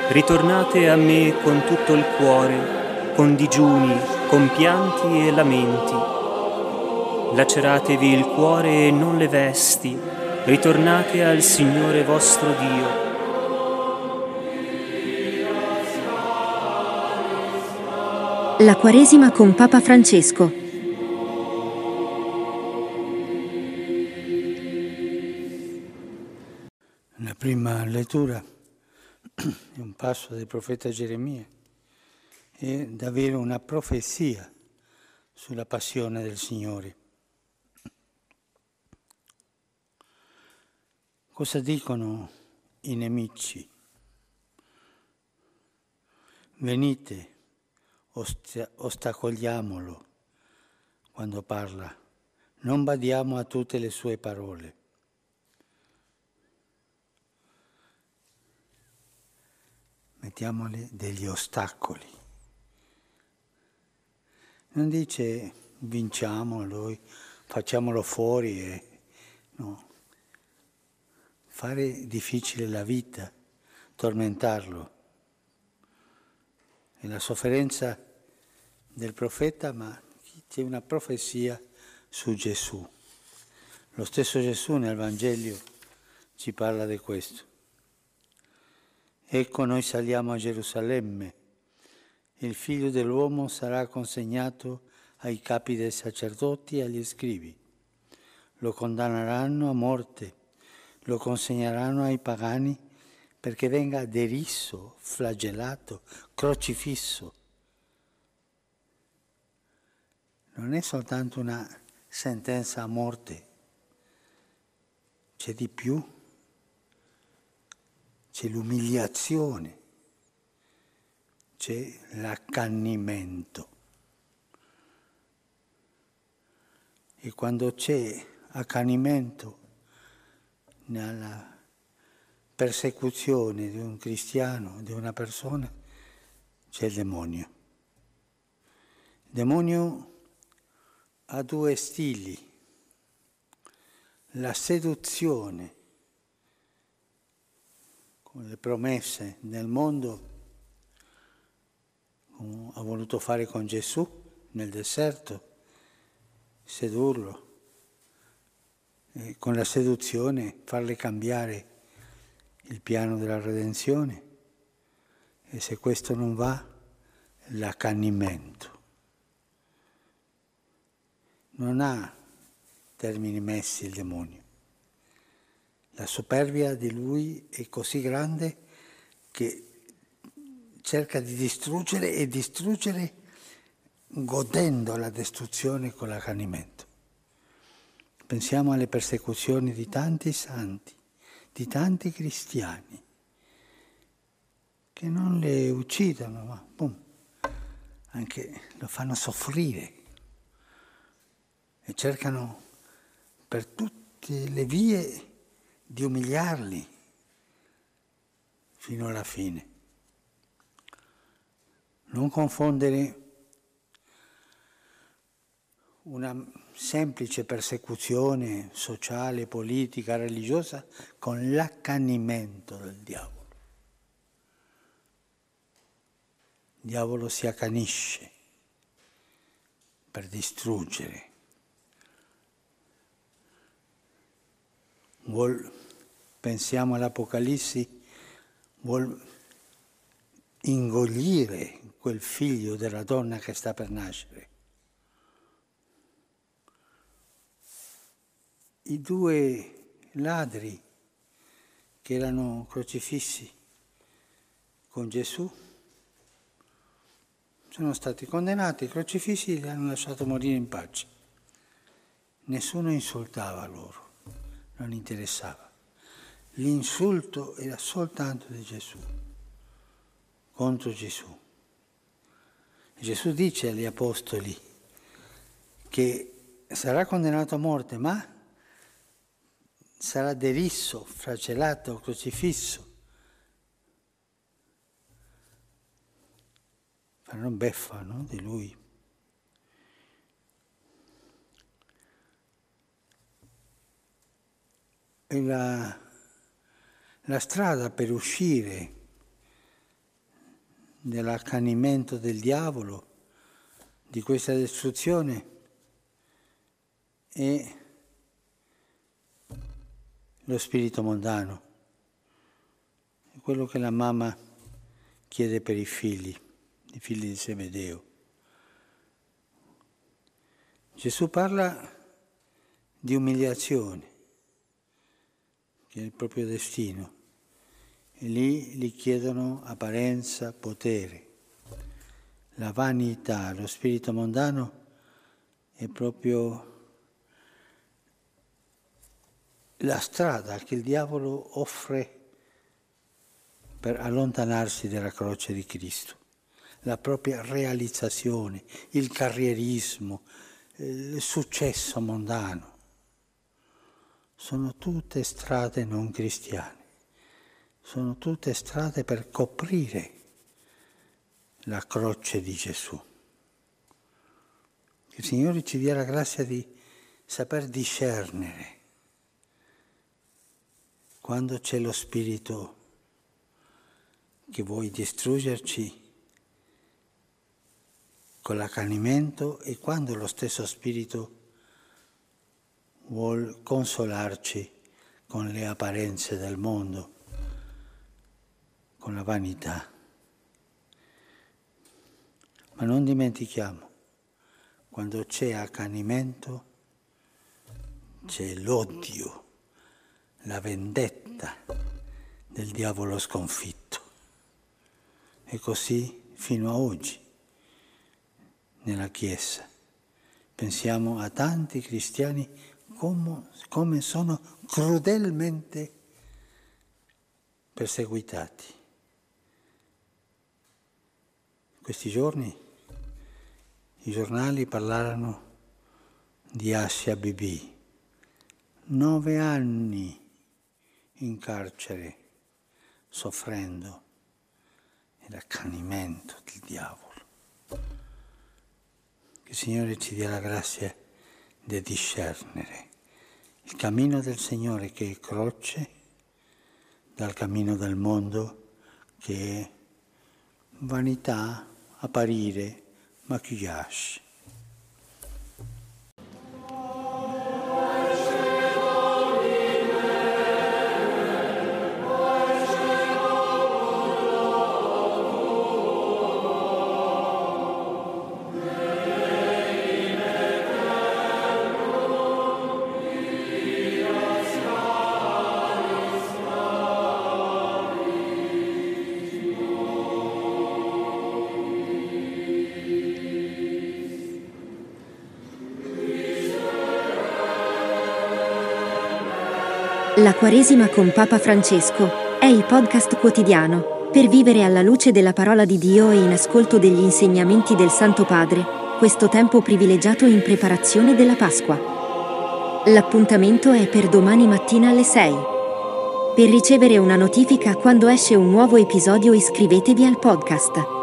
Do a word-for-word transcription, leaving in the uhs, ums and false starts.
Ritornate a me con tutto il cuore, con digiuni, con pianti e lamenti. Laceratevi il cuore e non le vesti, ritornate al Signore vostro Dio. La Quaresima con Papa Francesco. La prima lettura è un passo del profeta Geremia, è davvero una profezia sulla passione del Signore. Cosa dicono i nemici? Venite, ost- ostacoliamolo quando parla, non badiamo a tutte le sue parole. Mettiamole degli ostacoli. Non dice vinciamolo, facciamolo fuori, e, no. Fare difficile la vita, tormentarlo. È la sofferenza del profeta, ma c'è una profezia su Gesù. Lo stesso Gesù nel Vangelo ci parla di questo. Ecco, noi saliamo a Gerusalemme, il figlio dell'uomo sarà consegnato ai capi dei sacerdoti e agli scribi. Lo condanneranno a morte, lo consegneranno ai pagani perché venga deriso, flagellato, crocifisso. Non è soltanto una sentenza a morte, c'è di più, c'è l'umiliazione, c'è l'accanimento. E quando c'è accanimento nella persecuzione di un cristiano, di una persona, c'è il demonio. Il demonio ha due stili: la seduzione con le promesse nel mondo, come ha voluto fare con Gesù nel deserto, sedurlo, e con la seduzione farle cambiare il piano della redenzione, e se questo non va, l'accanimento. Non ha termini messi il demonio. La superbia di lui è così grande che cerca di distruggere e distruggere godendo la distruzione con l'accanimento. Pensiamo alle persecuzioni di tanti santi, di tanti cristiani, che non le uccidono, ma boom, anche lo fanno soffrire e cercano per tutte le vie di umiliarli fino alla fine. Non confondere una semplice persecuzione sociale, politica, religiosa con l'accanimento del diavolo. Il diavolo si accanisce per distruggere. Vuol, pensiamo all'Apocalissi, vuol ingollire quel figlio della donna che sta per nascere. I due ladri che erano crocifissi con Gesù sono stati condannati, crocifissi, e li hanno lasciato morire in pace. Nessuno insultava loro, non interessava. L'insulto era soltanto di Gesù, contro Gesù. Gesù dice agli apostoli che sarà condannato a morte, ma sarà deriso, flagellato, crocifisso. Faranno beffa, no, di lui. E la, la strada per uscire dell'accanimento del diavolo, di questa distruzione, è lo spirito mondano. È quello che la mamma chiede per i figli, i figli di Zebedeo. Gesù parla di umiliazione, che è il proprio destino, e lì gli chiedono apparenza, potere. La vanità, lo spirito mondano è proprio la strada che il diavolo offre per allontanarsi dalla croce di Cristo, la propria realizzazione, il carrierismo, il successo mondano. Sono tutte strade non cristiane, sono tutte strade per coprire la croce di Gesù. Il Signore ci dia la grazia di saper discernere quando c'è lo spirito che vuoi distruggerci con l'accanimento e quando lo stesso spirito vuol consolarci con le apparenze del mondo, con la vanità. Ma non dimentichiamo, quando c'è accanimento, c'è l'odio, la vendetta del diavolo sconfitto. E così fino a oggi nella Chiesa. Pensiamo a tanti cristiani come, come sono crudelmente perseguitati. Questi giorni i giornali parlarono di Asia Bibi, nove anni in carcere, soffrendo l'accanimento del diavolo. Che il Signore ci dia la grazia di discernere il cammino del Signore che è croce dal cammino del mondo che è vanità, apparire, maquillage. La Quaresima con Papa Francesco è il podcast quotidiano per vivere alla luce della parola di Dio e in ascolto degli insegnamenti del Santo Padre, questo tempo privilegiato in preparazione della Pasqua. L'appuntamento è per domani mattina alle sei. Per ricevere una notifica quando esce un nuovo episodio iscrivetevi al podcast.